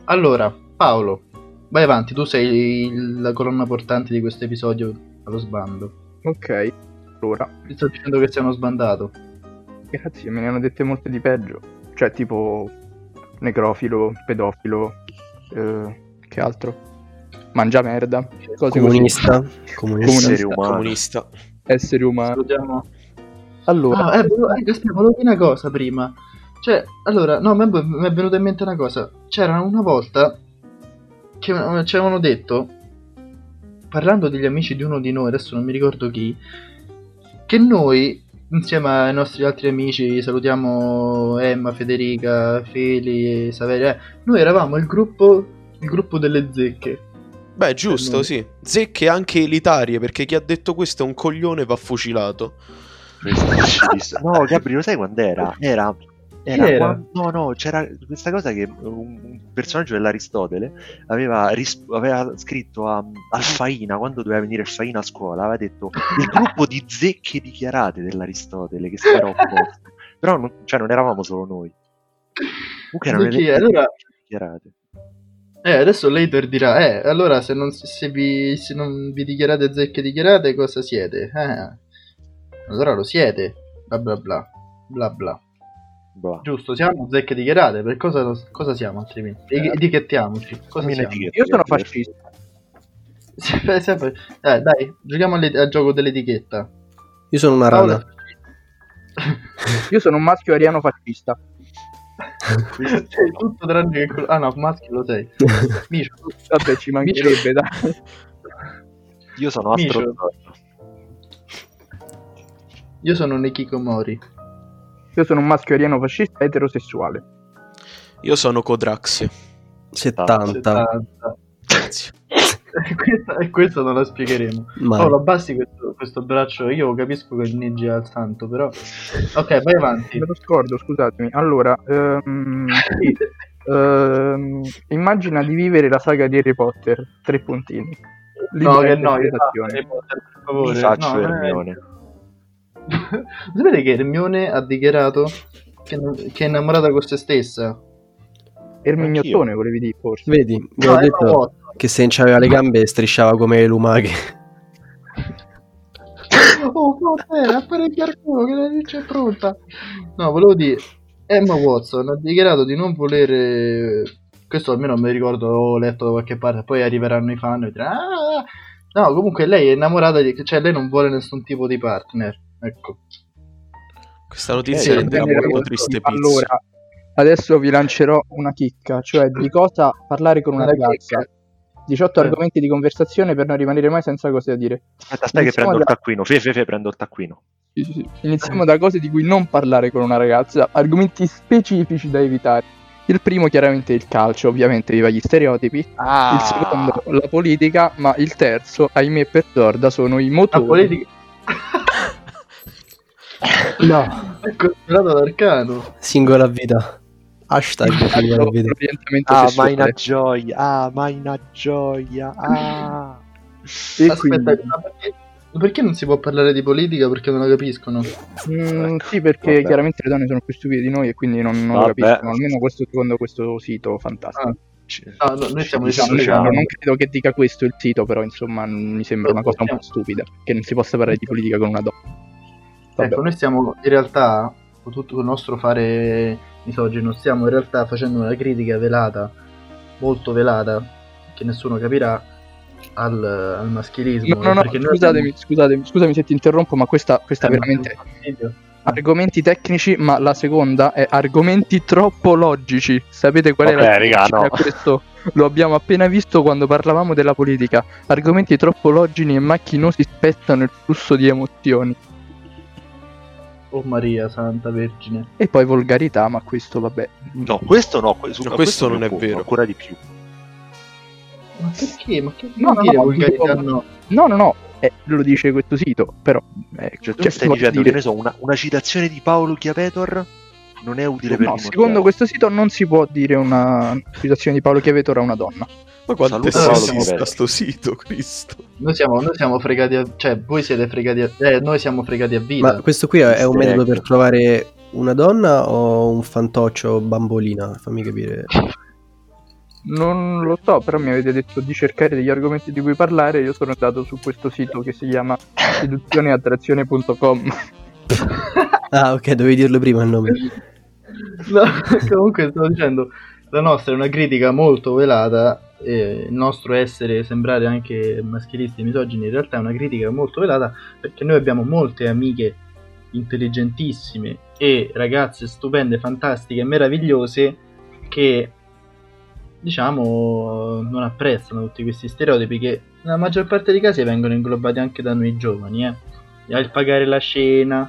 Allora, Paolo, vai avanti, tu sei la colonna portante di questo episodio allo sbando. Ok, allora, Ti sto dicendo che sei uno sbandato. grazie, me ne hanno dette molte di peggio. Cioè, tipo necrofilo, pedofilo, che altro? Mangia merda, cose Comunista. Essere Comunista. umano. Comunista. così. Esseri umani. Salutiamo. Allora, Aspetta, volevo dire una cosa prima. Cioè, allora, no, mi è venuta in mente una cosa. C'era una volta che ci avevano detto, parlando degli amici di uno di noi, adesso non mi ricordo chi, che noi, insieme ai nostri altri amici, salutiamo Emma, Federica, Feli, Saveria, noi eravamo il gruppo delle zecche. Beh, giusto, sì. Zecche anche elitarie, perché chi ha detto questo è un coglione, va fucilato. No, Gabri, lo sai quando era? Era no, c'era questa cosa che un personaggio dell'Aristotele aveva scritto al Faina, quando doveva venire il Faina a scuola, aveva detto il gruppo di zecche dichiarate dell'Aristotele, che si era opposto. Però non eravamo solo noi. Comunque erano le Zecche, zecche allora, dichiarate. adesso Later dirà, allora se non vi dichiarate zecche dichiarate, cosa siete? Allora lo siete, bla bla bla, bla bla. Boh. Giusto, siamo zecche dichiarate, per cosa siamo altrimenti? Etichettiamoci, cosa siamo? io sono fascista. Dai, giochiamo al gioco dell'etichetta. Io sono una Paolo è rana. fascista. Io sono un maschio ariano fascista. Sei tutto tranne che no, maschio lo sei. Micio, Vabbè, ci mancherebbe, dai. Io sono Micio. Astro. io sono un Ekikomori. Io sono un maschio ariano fascista eterosessuale. Io sono Codraxia. 70. 70. Grazie. E questo non lo spiegheremo. Mai. Paolo, abbassi questo braccio. Io capisco che il ninja è al santo, però. Ok, vai avanti. Me lo scordo, scusatemi. Allora, sì. Immagina di vivere la saga di Harry Potter. 3 puntini. No, Libera che no, interpretazione. Harry Potter, per favore. Mi faccio No, non è- Hermione. Sapete che Hermione ha dichiarato che è innamorata con se stessa? Ermignottone volevi dire, forse. Vedi, vi No, ho Emma detto Watson. che se non c'aveva le gambe strisciava come le lumache. Oh, buonasera, apparecchia il culo, che la dice è pronta. No, volevo dire, Emma Watson ha dichiarato di non volere. Questo almeno me ricordo, l'ho letto da qualche parte. Poi arriveranno i fan e diranno, no, comunque lei è innamorata cioè lei non vuole nessun tipo di partner. Ecco. Questa notizia renderà molto triste Pizzo. Allora, adesso vi lancerò una chicca, cioè di cosa parlare con una ragazza. 18 argomenti di conversazione per non rimanere mai senza cose da dire. Aspetta, che prendo il taccuino. Prendo il taccuino. Sì. Iniziamo da cose di cui non parlare con una ragazza, argomenti specifici da evitare. Il primo chiaramente è il calcio, ovviamente viva gli stereotipi. Il secondo la politica, ma il terzo, ahimè per Zorda, sono i motori. La politica. No, È considerato l'arcano. Singola vita. Hashtag singola vita. l'orientamento Ma sessuale. una gioia. Ma una gioia. E Aspetta, quindi- ma perché non si può parlare di politica? Perché non la capiscono. sì, perché Vabbè. chiaramente le donne sono più stupide di noi e quindi non lo Vabbè. capiscono, almeno questo secondo questo sito fantastico. No, noi stiamo Ci dicendo dissociamo. Non credo che dica questo il sito, però insomma mi sembra una cosa un po' stupida, che non si possa parlare di politica con una donna. Vabbè. Ecco, noi stiamo in realtà, con tutto il nostro fare misogino, stiamo in realtà facendo una critica velata, molto velata, che nessuno capirà, al maschilismo. No, perché noi scusami se ti interrompo, ma questa abbiamo- veramente Video. argomenti tecnici, ma la seconda è argomenti troppo logici. Sapete qual è Vabbè, la raga, logica no. a questo? Lo abbiamo appena visto quando parlavamo della politica. Argomenti troppo logici e macchinosi spezzano il flusso di emozioni. Oh Maria, Santa Vergine. E poi volgarità, ma questo vabbè. No, questo no. questo non è mi oppongo, vero. Ancora di più. Ma perché? Ma che No, vuol dire no, volgarità? tipo- No. No, lo dice questo sito, però... Cioè, tu stai voglio dicendo dire- che ne so, una citazione di Paolo Chiavetor non è utile per No, i secondo mortali. questo sito non si può dire una citazione di Paolo Chiavetor a una donna. Ma quanto è Saluto Paolo sessista Chiavetti. sto sito, Cristo. Noi siamo fregati cioè voi siete fregati noi siamo fregati a vita. Ma questo qui è un Sì, metodo ecco. per trovare una donna o un fantoccio bambolina? Fammi capire. Non lo so, però mi avete detto di cercare degli argomenti di cui parlare. Io sono andato su questo sito che si chiama seduzioneattrazione.com. Ah, ok, dovevi dirlo prima il nome. No, comunque stavo dicendo, la nostra è una critica molto velata, il nostro essere, sembrare anche maschilisti e misogini, in realtà è una critica molto velata perché noi abbiamo molte amiche intelligentissime e ragazze stupende, fantastiche e meravigliose che, diciamo, non apprezzano tutti questi stereotipi che nella maggior parte dei casi vengono inglobati anche da noi giovani, il pagare la cena,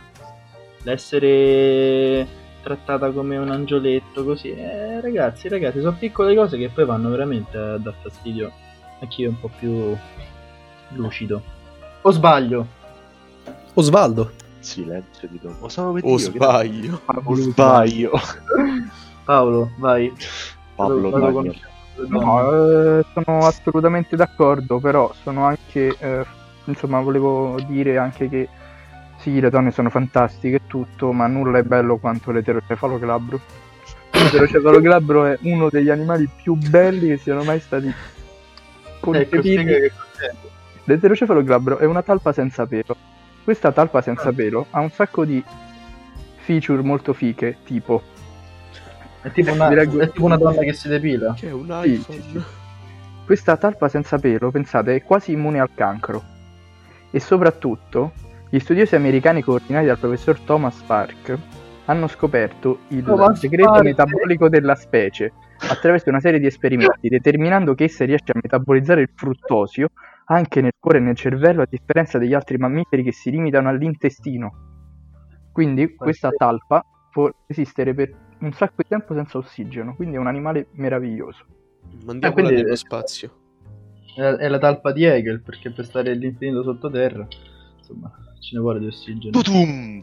l'essere trattata come un angioletto, così. Ragazzi, sono piccole cose che poi vanno veramente a dar fastidio a chi è un po' più lucido. O sbaglio? Osvaldo. Silenzio di dopo. O O sbaglio. sbaglio. Paolo, vai. Pablo Vado Daniel. No, sono assolutamente d'accordo, però sono anche, insomma, volevo dire anche che sì, le donne sono fantastiche e tutto, ma nulla è bello quanto l'eterocefalo glabro. L'eterocefalo glabro è uno degli animali più belli che siano mai stati concepiti. che cos'è. L'eterocefalo glabro è una talpa senza pelo. Questa talpa senza pelo ha un sacco di feature molto fiche, tipo È tipo una donna che si depila. Che è un Sì, iPhone. sì. Questa talpa senza pelo, pensate, è quasi immune al cancro. E soprattutto, gli studiosi americani coordinati dal professor Thomas Park hanno scoperto il Thomas segreto Park. metabolico della specie attraverso una serie di esperimenti, determinando che essa riesce a metabolizzare il fruttosio anche nel cuore e nel cervello, a differenza degli altri mammiferi che si limitano all'intestino. Quindi questa talpa può resistere per un sacco di tempo senza ossigeno, quindi è un animale meraviglioso. Mandiamola quindi- nello spazio. È la talpa di Hegel, perché per stare all'infinito sottoterra, insomma, ce ne vuole di ossigeno. Tutum!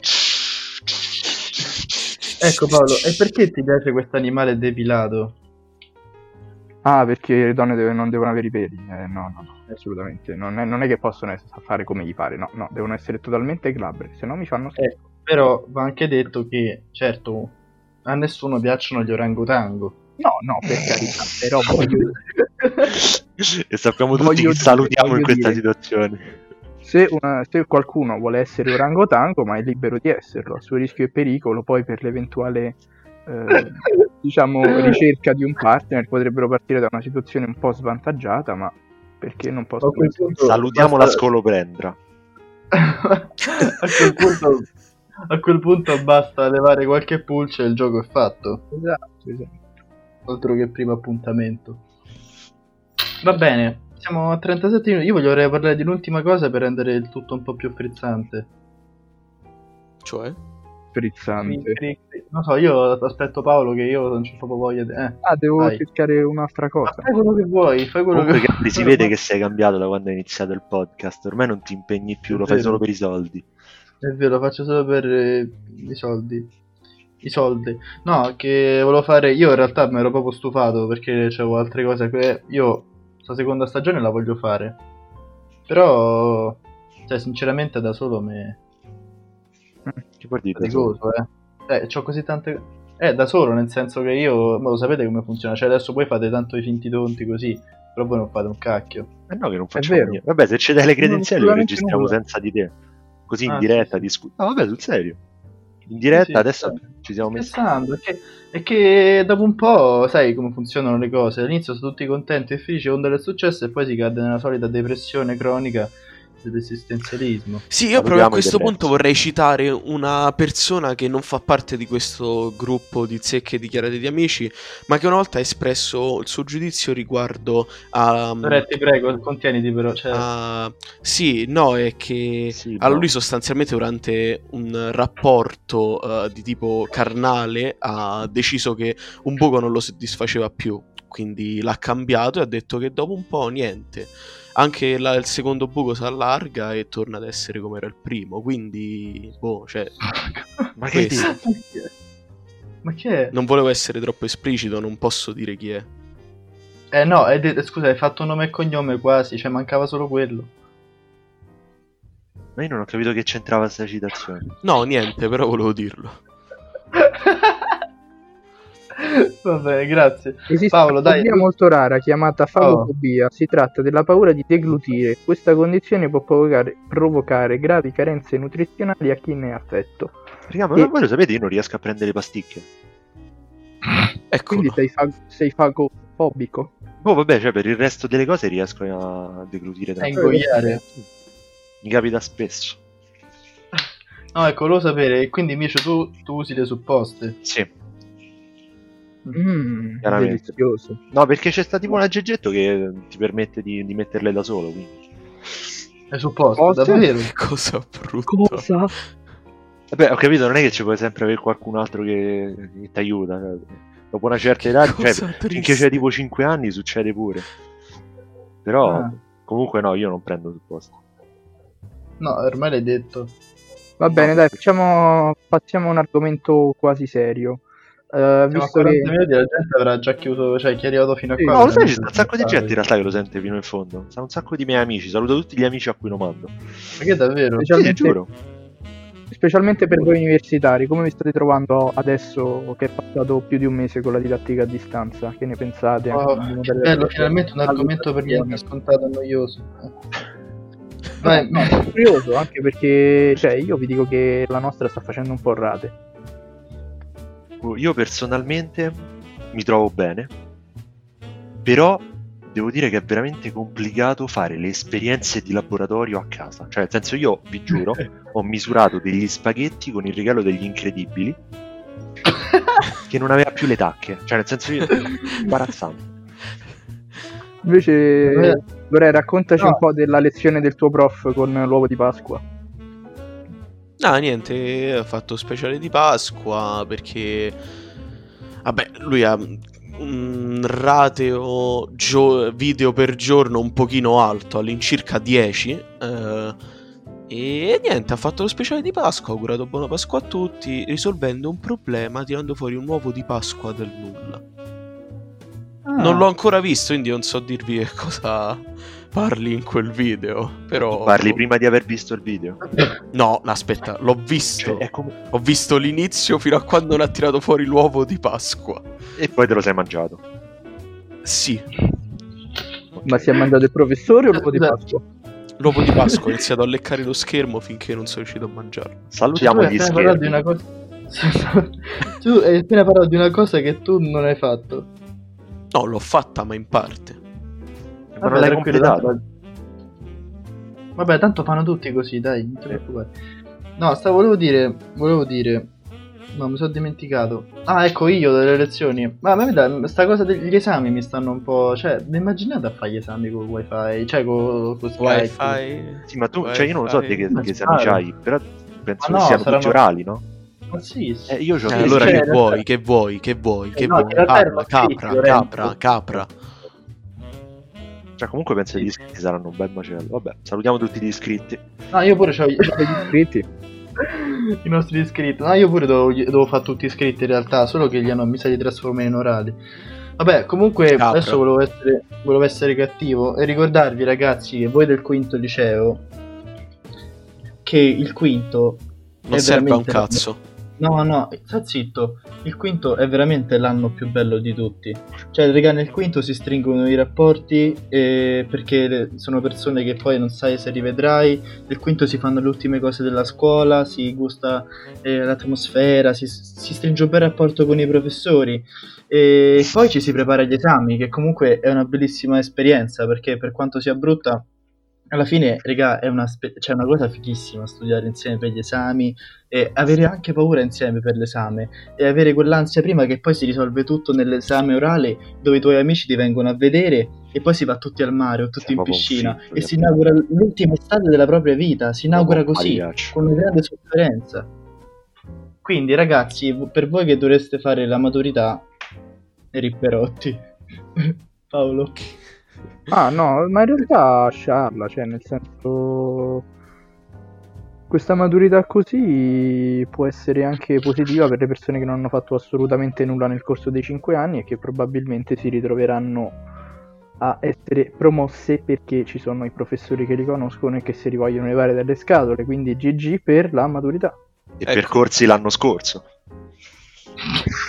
Ecco Paolo, e perché ti piace questo animale depilato? Ah, perché le donne non devono avere i peli. No, assolutamente. Non è che possono fare come gli pare, no, devono essere totalmente glabre, se no mi fanno schifo. Però va anche detto che, certo, a nessuno piacciono gli orangotango. No, per carità, però voglio E sappiamo tutti Voglio che salutiamo dire- in questa voglio situazione. se qualcuno vuole essere orangotango, ma è libero di esserlo, a suo rischio e pericolo, poi per l'eventuale diciamo ricerca di un partner potrebbero partire da una situazione un po' svantaggiata, ma perché non posso A quel punto Salutiamo la basta- scoloprendra. a quel punto basta levare qualche pulce e il gioco è fatto. Esatto. Altro che primo appuntamento. Va bene, siamo a 37 minuti. Io vorrei parlare di un'ultima cosa per rendere il tutto un po' più frizzante. Cioè? Frizzante. Non so, io aspetto Paolo che io non c'ho proprio voglia di... Devo vai. cercare un'altra Ma cosa. fai quello che vuoi, fai quello Comunque che Gabri, si vede che sei cambiato da quando hai iniziato il podcast. Ormai non ti impegni più, È lo fai vero. solo per i soldi. È vero, lo faccio solo per i soldi. I soldi. No, che volevo fare... Io in realtà mi ero proprio stufato perché c'avevo altre cose che... Io questa seconda stagione la voglio fare. Però... Cioè, sinceramente da solo me... Che vuol dire da solo? faticoso, c'ho così tante... da solo, nel senso che io... Ma lo sapete come funziona? Cioè, adesso voi fate tanto i finti tonti così, però voi non fate un cacchio. Eh no, che non facciamo vero. niente. Vabbè, se ci dai le credenziali lo assolutamente registriamo nulla. senza di te. Così in Ah, diretta sì, sì. No, vabbè, sul serio. In diretta Sì, adesso sì. ci siamo messi. Scherzando, è che dopo un po' sai come funzionano le cose. All'inizio sono tutti contenti e felici quando è successo e poi si cade nella solita depressione cronica dell'esistenzialismo. Sì, io Salutiamo proprio a i questo depressi. punto vorrei citare una persona che non fa parte di questo gruppo di zecche dichiarate di amici, ma che una volta ha espresso il suo giudizio riguardo a... Ti prego, contieniti però. Cioè... Sì, no, è che Sì, allora no. lui sostanzialmente durante un rapporto di tipo carnale ha deciso che un buco non lo soddisfaceva più, quindi l'ha cambiato e ha detto che dopo un po' niente. Anche il secondo buco si allarga e torna ad essere come era il primo, quindi boh, cioè Ma che questo. dici? Ma che è? Non volevo essere troppo esplicito, non posso dire chi è. No, scusa, hai fatto nome e cognome quasi, cioè mancava solo quello. Ma io non ho capito che c'entrava questa citazione. No, niente, però volevo dirlo. Va bene, grazie. Esiste Paolo, una dai. fobia molto rara chiamata fagofobia. Si tratta della paura di deglutire. Questa condizione può provocare gravi carenze nutrizionali a chi ne è affetto. Raga, ma voi lo sapete, io non riesco a prendere le pasticche. Eccolo. Quindi sei fagofobico. Oh, vabbè, cioè per il resto delle cose riesco a deglutire A tanto. ingoiare. Mi capita spesso. No, ecco, volevo sapere. Quindi, Micio, tu usi le supposte? Sì. Chiaramente. Delizioso. No, perché c'è sta tipo un aggegetto che ti permette di metterle da solo, quindi. Le supposte, Poste? davvero? Cosa brutta. Cosa? Vabbè, ho capito, non è che ci puoi sempre avere qualcun altro che ti aiuta. Cioè, dopo una certa età, cioè, Cosa finché triste. c'hai tipo 5 anni succede pure. Però, Ah. comunque no, io non prendo supposte. No, ormai l'hai detto. Va bene, dai, passiamo a un argomento quasi serio. Siamo a Visto 40 che minuti, la gente avrà già chiuso, cioè chi è arrivato fino a Sì. qua. No, lo sai, veramente c'è un sacco di non gente in sa. realtà che lo sente fino in fondo. Sono un sacco di miei amici. Saluto tutti gli amici a cui lo mando. Ma che davvero? Special- Sì, ti giuro. specialmente per voi universitari, come vi state trovando adesso che è passato più di un mese con la didattica a distanza? Che ne pensate? Oh, Anche che bello, finalmente un argomento per niente scontato e noioso. Vai, No, sono curioso anche perché cioè, io vi dico che la nostra sta facendo un po' rate. Io personalmente mi trovo bene, però devo dire che è veramente complicato fare le esperienze di laboratorio a casa. Cioè, nel senso, io vi giuro, ho misurato degli spaghetti con il regalo degli Incredibili che non aveva più le tacche. Cioè, nel senso, io imbarazzante. Invece vorrei raccontaci No. un po' della lezione del tuo prof con l'uovo di Pasqua. No, niente, ho fatto speciale di Pasqua perché, vabbè, lui ha un rateo video per giorno un pochino alto, all'incirca 10, e niente, ha fatto lo speciale di Pasqua, ha augurato buona Pasqua a tutti, risolvendo un problema, tirando fuori un uovo di Pasqua dal nulla. Non l'ho ancora visto, quindi non so dirvi che cosa parli in quel video, però... Parli prima di aver visto il video. No, aspetta, l'ho visto. Cioè, è come... Ho visto l'inizio fino a quando non ha tirato fuori l'uovo di Pasqua. E poi te lo sei mangiato. Sì, Ma si è mangiato il professore o l'uovo di Scusa. Pasqua? l'uovo di Pasqua ho iniziato a leccare lo schermo finché non sono riuscito a mangiarlo. Salutiamo Cioè, tu gli hai appena parlato di schermi. una cosa. Tu hai appena parlato di una cosa che tu non hai fatto. No, l'ho fatta, ma in parte. Ma non l'hai tranquillo, completato. tanto- Vabbè, tanto fanno tutti così, dai, non ti preoccupare. No, volevo dire. No, mi sono dimenticato. Ah, ecco io delle lezioni. Ma a me sta cosa degli esami mi stanno un po'. Cioè, mi immaginate a fare gli esami con wifi? Cioè, con Skype? Wi-Fi. Sì, ma tu, cioè io non lo so di che Ma esami sparo. c'hai, però penso Ma che no, siano tutti saranno- orali, no? Ma sì, sì. Io c'ho Allora cioè, che in realtà- vuoi, che vuoi, che vuoi, che no, vuoi? in realtà Parla, erano scritti, capra, Lorenzo. capra, capra. Cioè, comunque penso che gli iscritti saranno un bel macello. Vabbè, salutiamo tutti gli iscritti. No, io pure c'ho Gli iscritti? i nostri iscritti. No, io pure devo fare tutti iscritti in realtà, solo che li hanno mi sa di trasformare in orali. Vabbè, comunque Capra. adesso volevo essere cattivo e ricordarvi ragazzi che voi del quinto liceo che il quinto Non è serve a un veramente cazzo. No, sta zitto. Il quinto è veramente l'anno più bello di tutti. Cioè, raga, nel quinto si stringono i rapporti perché sono persone che poi non sai se rivedrai. Nel quinto si fanno le ultime cose della scuola, si gusta l'atmosfera, si stringe un bel rapporto con i professori. E poi ci si prepara agli esami, che comunque è una bellissima esperienza, perché per quanto sia brutta, alla fine, raga, è una cosa fighissima studiare insieme per gli esami e avere anche paura insieme per l'esame e avere quell'ansia prima che poi si risolve tutto nell'esame orale dove i tuoi amici ti vengono a vedere e poi si va tutti al mare o tutti Sei in proprio un piscina fitto, e che si inaugura l'ultima estate della propria vita, si inaugura Proprio un così, pagliaccio. con una grande sofferenza. Quindi ragazzi, per voi che dovreste fare la maturità, ripperotti. Paolo. Ah no, ma in realtà sciarla, cioè nel senso questa maturità così può essere anche positiva per le persone che non hanno fatto assolutamente nulla nel corso dei 5 anni e che probabilmente si ritroveranno a essere promosse perché ci sono i professori che li conoscono e che si rivogliono levare dalle scatole, quindi GG per la maturità. E Ecco. percorsi l'anno scorso.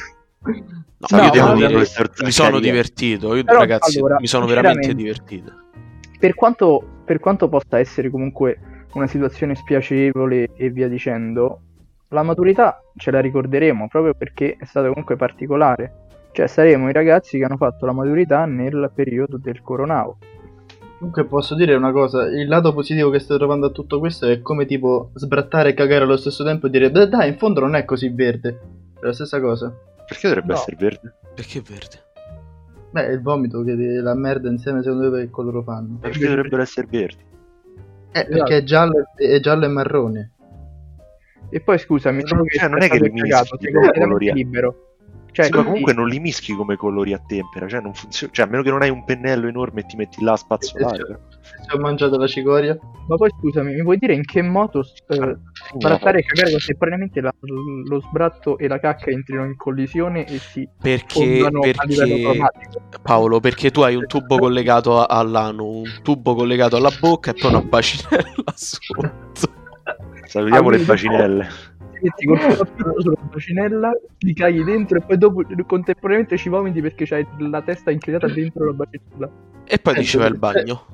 No, Io devo devo dire, dire, professor mi sono Zaccaria. divertito. Io, Però, ragazzi, allora, mi sono veramente sinceramente, divertito. per quanto possa essere comunque una situazione spiacevole e via dicendo, la maturità ce la ricorderemo proprio perché è stata comunque particolare. Cioè saremo i ragazzi che hanno fatto la maturità nel periodo del coronao. Comunque posso dire una cosa, il lato positivo che sto trovando a tutto questo è come tipo sbrattare e cagare allo stesso tempo e dire dai, in fondo non è così verde. È la stessa cosa. Perché dovrebbe No. essere verde? Perché è verde? Beh, il vomito che la merda insieme secondo te che colore fanno? Perché dovrebbero essere verdi? Perché è giallo e marrone. E poi scusami, dopo che Cioè, non è che stato li mischi cagato, sei come completamente colori a- libero. Cioè, Sì, ma quindi- comunque non li mischi come colori a tempera, cioè non funziona, cioè a meno che non hai un pennello enorme e ti metti là a spazzolare. però. Se ho mangiato la cicoria. Ma poi scusami, mi puoi dire in che modo sbrattare e cagare contemporaneamente lo sbratto e la cacca entrino in collisione e si Perché, fondano a livello cromatico? Paolo, perché tu hai un tubo collegato all'ano, un tubo collegato alla bocca e poi una bacinella sotto. Salutiamo le quindi bacinelle. ti metti col soffitto sulla bacinella, ti caghi dentro e poi dopo contemporaneamente ci vomiti perché c'hai la testa inclinata dentro la bacinella. E poi diceva il bagno.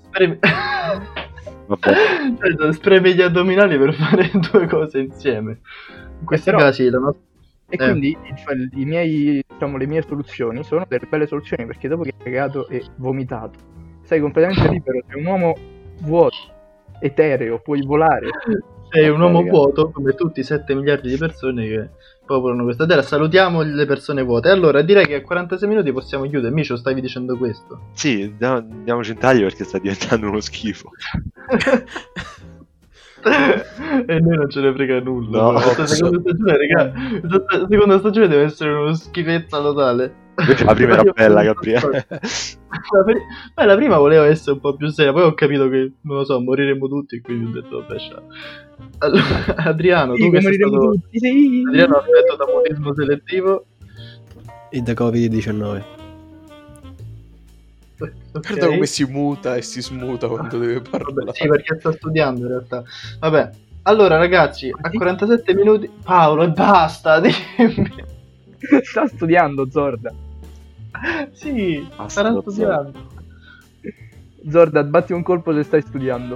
Vabbè. Cioè, spremi gli addominali per fare due cose insieme. In questi Però- casi la nostra... E quindi i miei, diciamo, le mie soluzioni sono delle belle soluzioni perché dopo che hai cagato e vomitato sei completamente libero, sei un uomo vuoto, etereo, puoi volare. Sei un uomo raga. vuoto come tutti i 7 miliardi di persone che popolano questa terra. Salutiamo le persone vuote. Allora direi che a 46 minuti possiamo chiudere. Micio, stavi dicendo questo? Sì, diamoci un taglio perché sta diventando uno schifo. E noi non ce ne frega nulla. No. Questa seconda stagione, raga, questa seconda stagione deve essere uno schifezza totale. Invece la prima era bella, Gabriele. La prima voleva essere un po' più seria, poi ho capito che, non lo so, moriremo tutti e quindi ho detto, vabbè, ciao. Allora, Adriano, tu che sei stato... tutti, sì. Adriano ha affetto da mutismo selettivo. E da Covid-19. Ok. Guarda come si muta e si smuta quando deve parlare. Vabbè, sì, perché sta studiando in realtà. Vabbè, allora ragazzi, a 47 minuti... Paolo, e basta, dimmi. Sta studiando Zorda. Sì, Basta, starà lo studiando. Zorda, batti un colpo se stai studiando.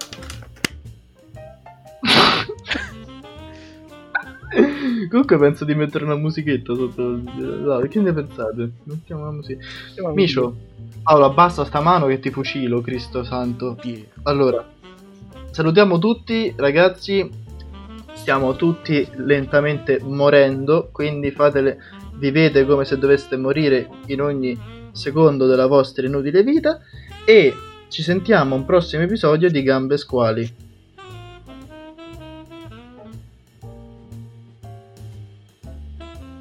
Comunque penso di mettere una musichetta sotto. No, che ne pensate? Mettiamo una musica. Micio, Paolo, abbassa sta mano che ti fucilo, Cristo santo. Allora, salutiamo tutti, ragazzi. Stiamo tutti lentamente morendo, quindi vivete come se doveste morire in ogni secondo della vostra inutile vita. E ci sentiamo a un prossimo episodio di Gambe Squali.